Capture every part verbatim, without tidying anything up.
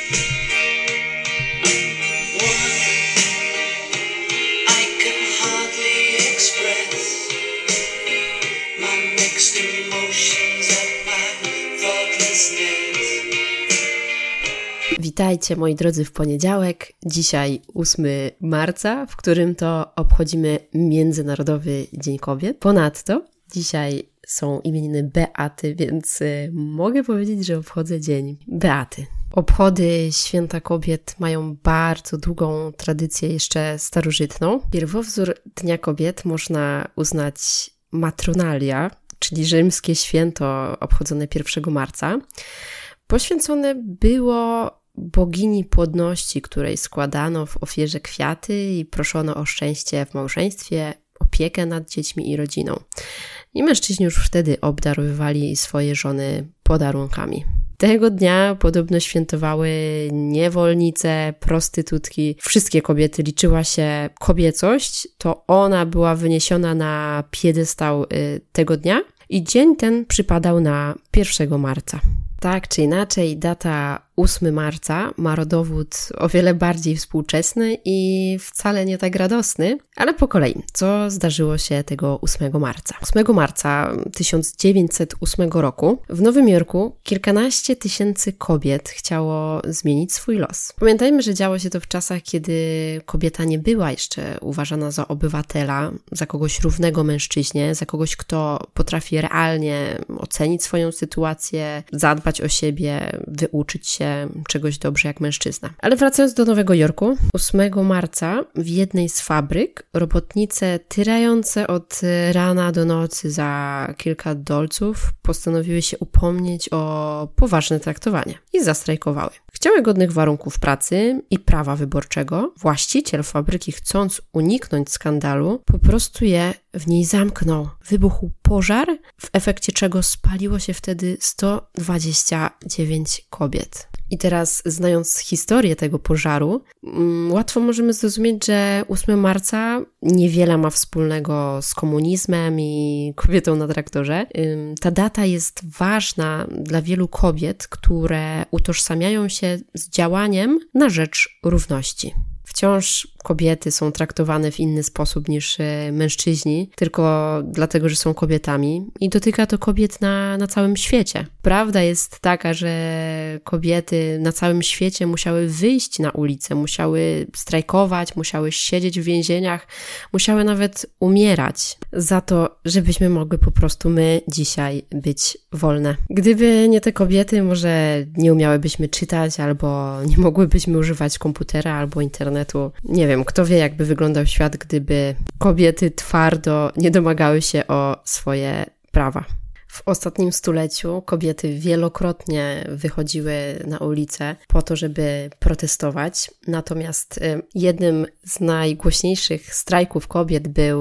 Witajcie moi drodzy w poniedziałek, dzisiaj ósmego marca, w którym to obchodzimy Międzynarodowy Dzień Kobiet. Ponadto dzisiaj są imieniny Beaty, więc mogę powiedzieć, że obchodzę Dzień Beaty. Obchody Święta Kobiet mają bardzo długą tradycję, jeszcze starożytną. Pierwowzór Dnia Kobiet można uznać matronalia, czyli rzymskie święto obchodzone pierwszego marca. Poświęcone było bogini płodności, której składano w ofierze kwiaty i proszono o szczęście w małżeństwie, opiekę nad dziećmi i rodziną. I mężczyźni już wtedy obdarowywali swoje żony podarunkami. Tego dnia podobno świętowały niewolnice, prostytutki, wszystkie kobiety. Liczyła się kobiecość, to ona była wyniesiona na piedestał tego dnia i dzień ten przypadał na pierwszego marca. Tak czy inaczej, data ósmego marca ma rodowód o wiele bardziej współczesny i wcale nie tak radosny, ale po kolei, co zdarzyło się tego ósmego marca? ósmego marca tysiąc dziewięćset ósmego roku w Nowym Jorku kilkanaście tysięcy kobiet chciało zmienić swój los. Pamiętajmy, że działo się to w czasach, kiedy kobieta nie była jeszcze uważana za obywatela, za kogoś równego mężczyźnie, za kogoś, kto potrafi realnie ocenić swoją sytuację, zadbać o siebie, wyuczyć się czegoś dobrze jak mężczyzna. Ale wracając do Nowego Jorku, ósmego marca w jednej z fabryk robotnice tyrające od rana do nocy za kilka dolców postanowiły się upomnieć o poważne traktowanie i zastrajkowały. Chciały godnych warunków pracy i prawa wyborczego. Właściciel fabryki, chcąc uniknąć skandalu, po prostu je w niej zamknął. Wybuchł pożar, w efekcie czego spaliło się wtedy sto dwadzieścia dziewięć kobiet. I teraz, znając historię tego pożaru, um, łatwo możemy zrozumieć, że ósmego marca niewiele ma wspólnego z komunizmem i kobietą na traktorze. Um, ta data jest ważna dla wielu kobiet, które utożsamiają się z działaniem na rzecz równości. Wciąż kobiety są traktowane w inny sposób niż mężczyźni, tylko dlatego, że są kobietami i dotyka to kobiet na, na całym świecie. Prawda jest taka, że kobiety na całym świecie musiały wyjść na ulicę, musiały strajkować, musiały siedzieć w więzieniach, musiały nawet umierać za to, żebyśmy mogły po prostu my dzisiaj być wolne. Gdyby nie te kobiety, może nie umiałybyśmy czytać, albo nie mogłybyśmy używać komputera albo internetu. Nie wiem, kto wie, jakby wyglądał świat, gdyby kobiety twardo nie domagały się o swoje prawa. W ostatnim stuleciu kobiety wielokrotnie wychodziły na ulicę po to, żeby protestować. Natomiast jednym z najgłośniejszych strajków kobiet był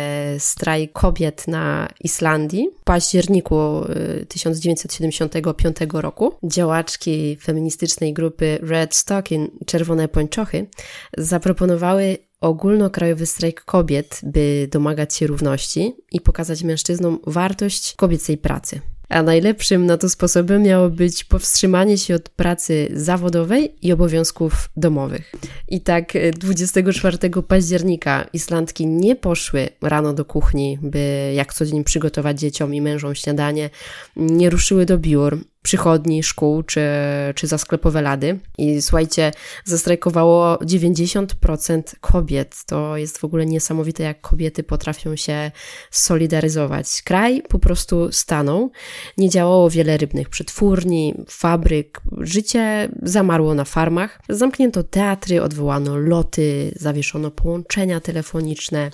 strajk kobiet na Islandii w październiku tysiąc dziewięćset siedemdziesiątego piątego roku. Działaczki feministycznej grupy Red Stocking, Czerwone Pończochy, zaproponowały ogólnokrajowy strajk kobiet, by domagać się równości i pokazać mężczyznom wartość kobiecej pracy. A najlepszym na to sposobem miało być powstrzymanie się od pracy zawodowej i obowiązków domowych. I tak dwudziestego czwartego października Islandki nie poszły rano do kuchni, by jak co dzień przygotować dzieciom i mężom śniadanie, nie ruszyły do biur, przychodni, szkół czy, czy za sklepowe lady. I słuchajcie, zastrajkowało dziewięćdziesiąt procent kobiet. To jest w ogóle niesamowite, jak kobiety potrafią się solidaryzować. Kraj po prostu stanął. Nie działało wiele rybnych przetwórni, fabryk. Życie zamarło na farmach. Zamknięto teatry, odwołano loty, zawieszono połączenia telefoniczne,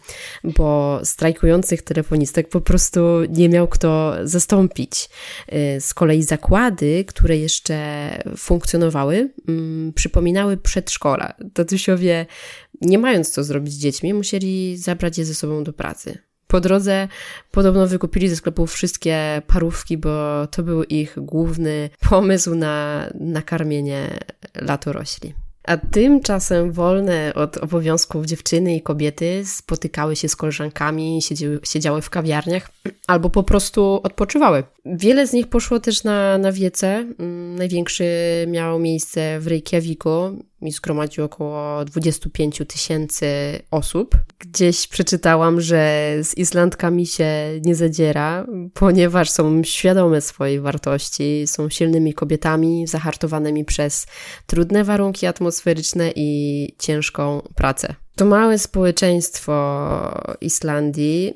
bo strajkujących telefonistek po prostu nie miał kto zastąpić. Z kolei zakłady, które jeszcze funkcjonowały, mm, przypominały przedszkola. Tatusiowie, nie mając co zrobić z dziećmi, musieli zabrać je ze sobą do pracy. Po drodze podobno wykupili ze sklepów wszystkie parówki, bo to był ich główny pomysł na nakarmienie latorośli. A tymczasem wolne od obowiązków dziewczyny i kobiety spotykały się z koleżankami, siedziały, siedziały w kawiarniach, albo po prostu odpoczywały. Wiele z nich poszło też na, na wiece. Największy miał miejsce w Reykjaviku i zgromadził około dwadzieścia pięć tysięcy osób. Gdzieś przeczytałam, że z Islandkami się nie zadziera, ponieważ są świadome swojej wartości, są silnymi kobietami zahartowanymi przez trudne warunki atmosferyczne i ciężką pracę. To małe społeczeństwo Islandii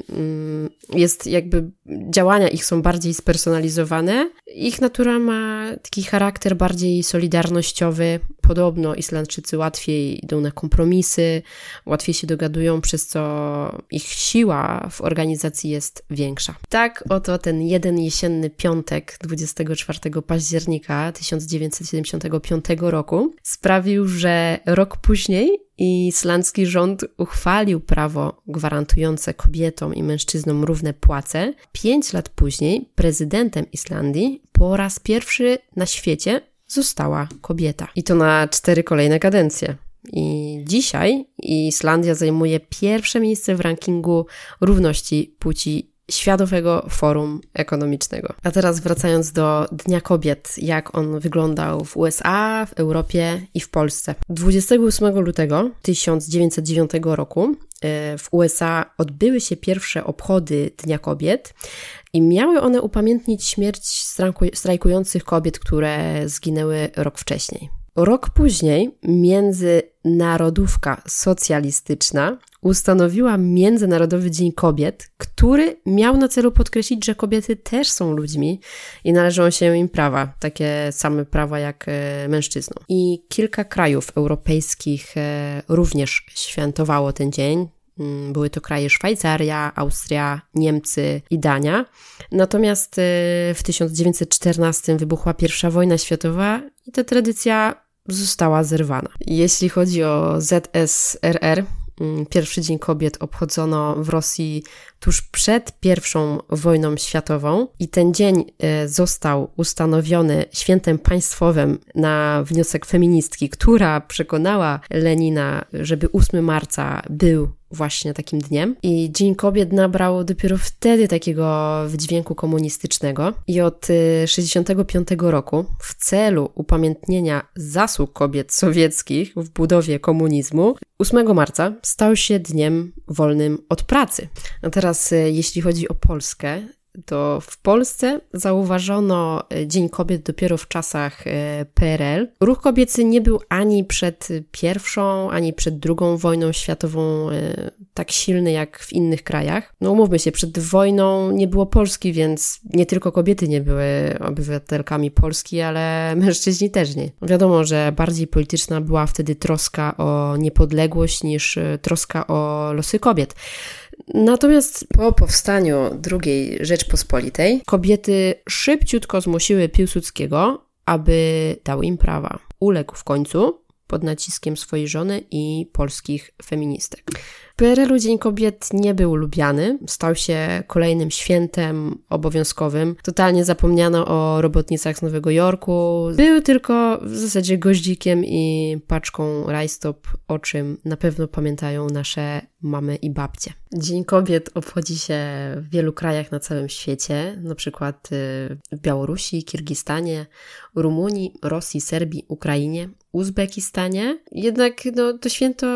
jest jakby, działania ich są bardziej spersonalizowane. Ich natura ma taki charakter bardziej solidarnościowy. Podobno Islandczycy łatwiej idą na kompromisy, łatwiej się dogadują, przez co ich siła w organizacji jest większa. Tak oto ten jeden jesienny piątek dwudziestego czwartego października tysiąc dziewięćset siedemdziesiątego piątego roku sprawił, że rok później islandzki rząd uchwalił prawo gwarantujące kobietom i mężczyznom równe płace. Pięć lat później prezydentem Islandii po raz pierwszy na świecie została kobieta. I to na cztery kolejne kadencje. I dzisiaj Islandia zajmuje pierwsze miejsce w rankingu równości płci Światowego Forum Ekonomicznego. A teraz wracając do Dnia Kobiet, jak on wyglądał w U S A, w Europie i w Polsce. dwudziestego ósmego lutego tysiąc dziewięćset dziewiątego roku w U S A odbyły się pierwsze obchody Dnia Kobiet i miały one upamiętnić śmierć strajkujących kobiet, które zginęły rok wcześniej. Rok później Międzynarodówka Socjalistyczna ustanowiła Międzynarodowy Dzień Kobiet, który miał na celu podkreślić, że kobiety też są ludźmi i należą się im prawa, takie same prawa jak mężczyznom. I kilka krajów europejskich również świętowało ten dzień. Były to kraje Szwajcaria, Austria, Niemcy i Dania. Natomiast w tysiąc dziewięćset czternastym wybuchła pierwsza wojna światowa i ta tradycja została zerwana. Jeśli chodzi o Z S R R, pierwszy Dzień Kobiet obchodzono w Rosji tuż przed pierwszą wojną światową i ten dzień został ustanowiony świętem państwowym na wniosek feministki, która przekonała Lenina, żeby ósmego marca był właśnie takim dniem. I Dzień Kobiet nabrał dopiero wtedy takiego wydźwięku komunistycznego i od sześćdziesiątego piątego roku w celu upamiętnienia zasług kobiet sowieckich w budowie komunizmu ósmego marca stał się dniem wolnym od pracy. A teraz jeśli chodzi o Polskę, to w Polsce zauważono Dzień Kobiet dopiero w czasach P R L. Ruch kobiecy nie był ani przed pierwszą, ani przed drugą wojną światową tak silny jak w innych krajach. No umówmy się, przed wojną nie było Polski, więc nie tylko kobiety nie były obywatelkami Polski, ale mężczyźni też nie. Wiadomo, że bardziej polityczna była wtedy troska o niepodległość niż troska o losy kobiet. Natomiast po powstaniu drugiej Rzeczpospolitej kobiety szybciutko zmusiły Piłsudskiego, aby dał im prawa. Uległ w końcu pod naciskiem swojej żony i polskich feministek. W P R L-u Dzień Kobiet nie był lubiany, stał się kolejnym świętem obowiązkowym. Totalnie zapomniano o robotnicach z Nowego Jorku. Był tylko w zasadzie goździkiem i paczką rajstop, o czym na pewno pamiętają nasze mamy i babcie. Dzień Kobiet obchodzi się w wielu krajach na całym świecie, na przykład w Białorusi, Kirgistanie, Rumunii, Rosji, Serbii, Ukrainie, Uzbekistanie. Jednak no, to święto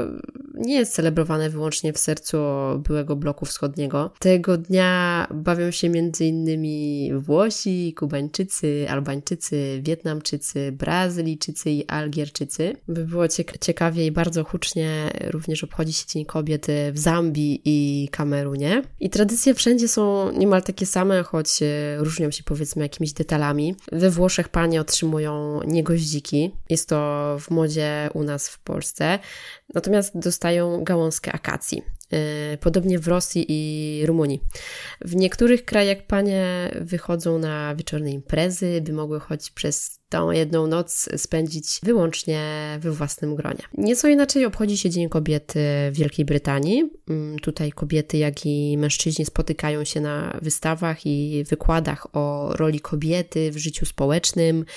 nie jest celebrowane wyłącznie w sercu byłego bloku wschodniego. Tego dnia bawią się między innymi Włosi, Kubańczycy, Albańczycy, Wietnamczycy, Brazylijczycy i Algierczycy. By było ciek- ciekawie i bardzo hucznie również obchodzi się Dzień Kobiet w Zambii i Kamerunie. I tradycje wszędzie są niemal takie same, choć różnią się powiedzmy jakimiś detalami. We Włoszech panie otrzymują niegoździki. Jest to w modzie u nas w Polsce. Natomiast dostają gałązkę akacji. Podobnie w Rosji i Rumunii. W niektórych krajach panie wychodzą na wieczorne imprezy, by mogły choć przez tą jedną noc spędzić wyłącznie we własnym gronie. Nieco inaczej obchodzi się Dzień Kobiet w Wielkiej Brytanii. Tutaj kobiety, jak i mężczyźni spotykają się na wystawach i wykładach o roli kobiety w życiu społecznym,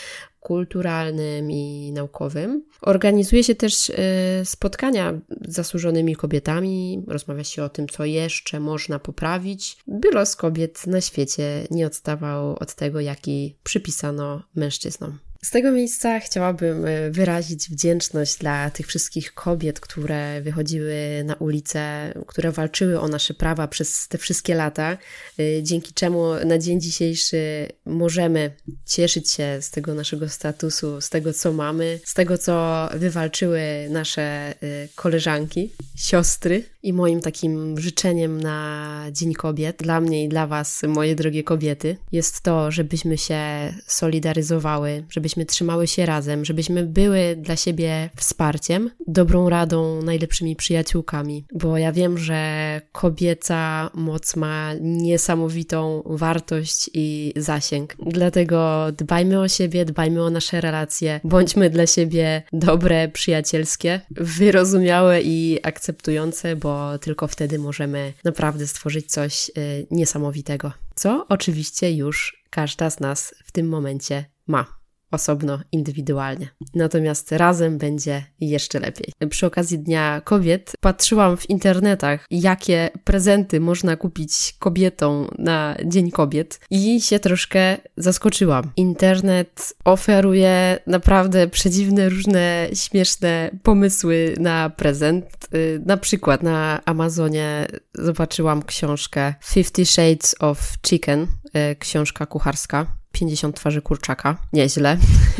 kulturalnym i naukowym. Organizuje się też spotkania z zasłużonymi kobietami, rozmawia się o tym, co jeszcze można poprawić, by los kobiet na świecie nie odstawał od tego, jaki przypisano mężczyznom. Z tego miejsca chciałabym wyrazić wdzięczność dla tych wszystkich kobiet, które wychodziły na ulicę, które walczyły o nasze prawa przez te wszystkie lata, dzięki czemu na dzień dzisiejszy możemy cieszyć się z tego naszego statusu, z tego, co mamy, z tego, co wywalczyły nasze koleżanki, siostry. I moim takim życzeniem na Dzień Kobiet, dla mnie i dla Was, moje drogie kobiety, jest to, żebyśmy się solidaryzowały, żebyśmy trzymały się razem, żebyśmy były dla siebie wsparciem, dobrą radą, najlepszymi przyjaciółkami. Bo ja wiem, że kobieca moc ma niesamowitą wartość i zasięg. Dlatego dbajmy o siebie, dbajmy o nasze relacje, bądźmy dla siebie dobre, przyjacielskie, wyrozumiałe i akceptujące, bo bo tylko wtedy możemy naprawdę stworzyć coś y, niesamowitego, co oczywiście już każda z nas w tym momencie ma. Osobno, indywidualnie. Natomiast razem będzie jeszcze lepiej. Przy okazji Dnia Kobiet patrzyłam w internetach, jakie prezenty można kupić kobietom na Dzień Kobiet i się troszkę zaskoczyłam. Internet oferuje naprawdę przedziwne, różne śmieszne pomysły na prezent. Na przykład na Amazonie zobaczyłam książkę Fifty Shades of Chicken, książka kucharska. pięćdziesiąt twarzy kurczaka. Nieźle.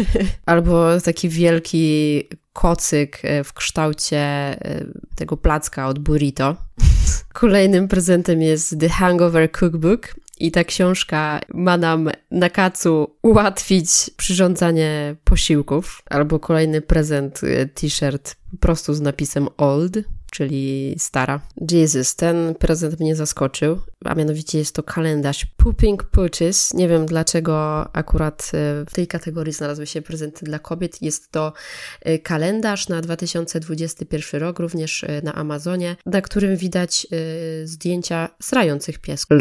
Albo taki wielki kocyk w kształcie tego placka od burrito. Kolejnym prezentem jest The Hangover Cookbook i ta książka ma nam na kacu ułatwić przyrządzanie posiłków. Albo kolejny prezent, t-shirt po prostu z napisem old, czyli stara. Jesus, ten prezent mnie zaskoczył, a mianowicie jest to kalendarz Pooping Pooches. Nie wiem, dlaczego akurat w tej kategorii znalazły się prezenty dla kobiet. Jest to kalendarz na dwa tysiące dwudziesty pierwszy rok, również na Amazonie, na którym widać zdjęcia srających piesków.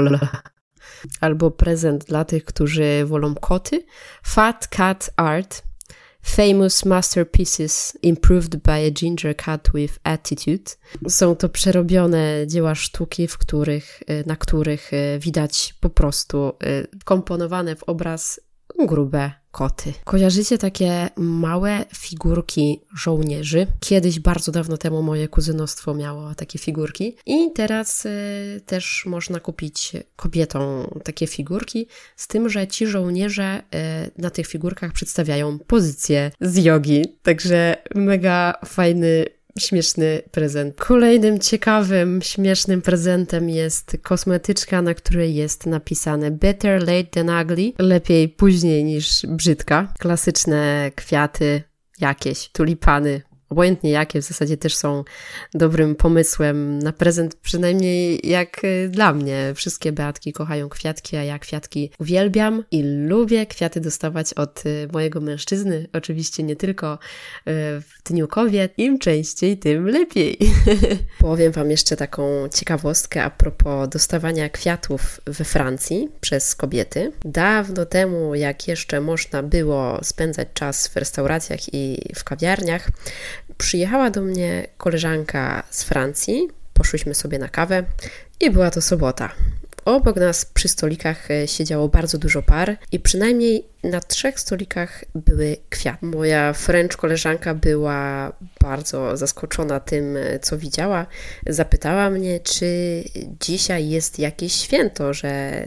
Albo prezent dla tych, którzy wolą koty. Fat Cat Art. Famous Masterpieces Improved by a Ginger Cat with Attitude. Są to przerobione dzieła sztuki, w których, na których widać po prostu komponowane w obraz grube koty. Kojarzycie takie małe figurki żołnierzy? Kiedyś, bardzo dawno temu, moje kuzynostwo miało takie figurki i teraz y, też można kupić kobietom takie figurki, z tym, że ci żołnierze y, na tych figurkach przedstawiają pozycję z jogi. Także mega fajny, śmieszny prezent. Kolejnym ciekawym, śmiesznym prezentem jest kosmetyczka, na której jest napisane Better late than ugly. Lepiej później niż brzydka. Klasyczne kwiaty, jakieś tulipany, obojętnie jakie, w zasadzie też są dobrym pomysłem na prezent, przynajmniej jak dla mnie. Wszystkie Beatki kochają kwiatki, a ja kwiatki uwielbiam i lubię kwiaty dostawać od mojego mężczyzny. Oczywiście nie tylko w Dniu Kobiet. Im częściej, tym lepiej. Powiem Wam jeszcze taką ciekawostkę a propos dostawania kwiatów we Francji przez kobiety. Dawno temu, jak jeszcze można było spędzać czas w restauracjach i w kawiarniach, przyjechała do mnie koleżanka z Francji, poszłyśmy sobie na kawę i była to sobota. Obok nas przy stolikach siedziało bardzo dużo par i przynajmniej na trzech stolikach były kwiaty. Moja French koleżanka była bardzo zaskoczona tym, co widziała. Zapytała mnie, czy dzisiaj jest jakieś święto, że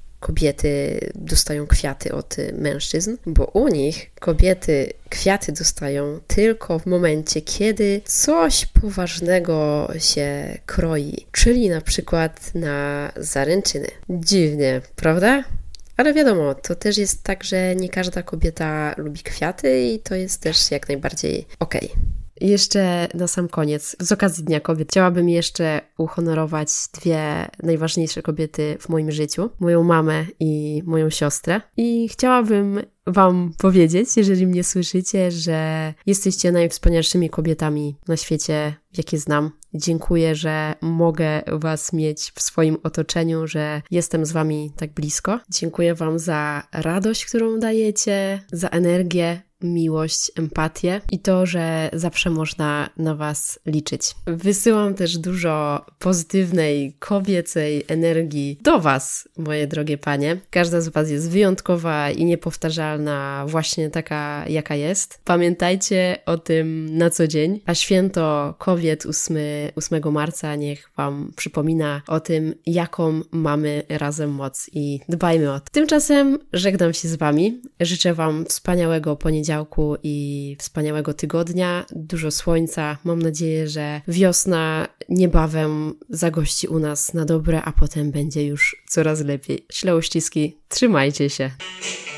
kobiety dostają kwiaty od mężczyzn, bo u nich kobiety kwiaty dostają tylko w momencie, kiedy coś poważnego się kroi, czyli na przykład na zaręczyny. Dziwnie, prawda? Ale wiadomo, to też jest tak, że nie każda kobieta lubi kwiaty i to jest też jak najbardziej okej. Jeszcze na sam koniec, z okazji Dnia Kobiet, chciałabym jeszcze uhonorować dwie najważniejsze kobiety w moim życiu. Moją mamę i moją siostrę. I chciałabym Wam powiedzieć, jeżeli mnie słyszycie, że jesteście najwspanialszymi kobietami na świecie, jakie znam. Dziękuję, że mogę Was mieć w swoim otoczeniu, że jestem z Wami tak blisko. Dziękuję Wam za radość, którą dajecie, za energię, miłość, empatię i to, że zawsze można na Was liczyć. Wysyłam też dużo pozytywnej, kobiecej energii do Was, moje drogie panie. Każda z Was jest wyjątkowa i niepowtarzalna, właśnie taka, jaka jest. Pamiętajcie o tym na co dzień, a święto kobiet ósmego marca niech Wam przypomina o tym, jaką mamy razem moc i dbajmy o to. Tymczasem żegnam się z Wami. Życzę Wam wspaniałego poniedziałku i wspaniałego tygodnia, dużo słońca. Mam nadzieję, że wiosna niebawem zagości u nas na dobre, a potem będzie już coraz lepiej. Śle uściski, trzymajcie się!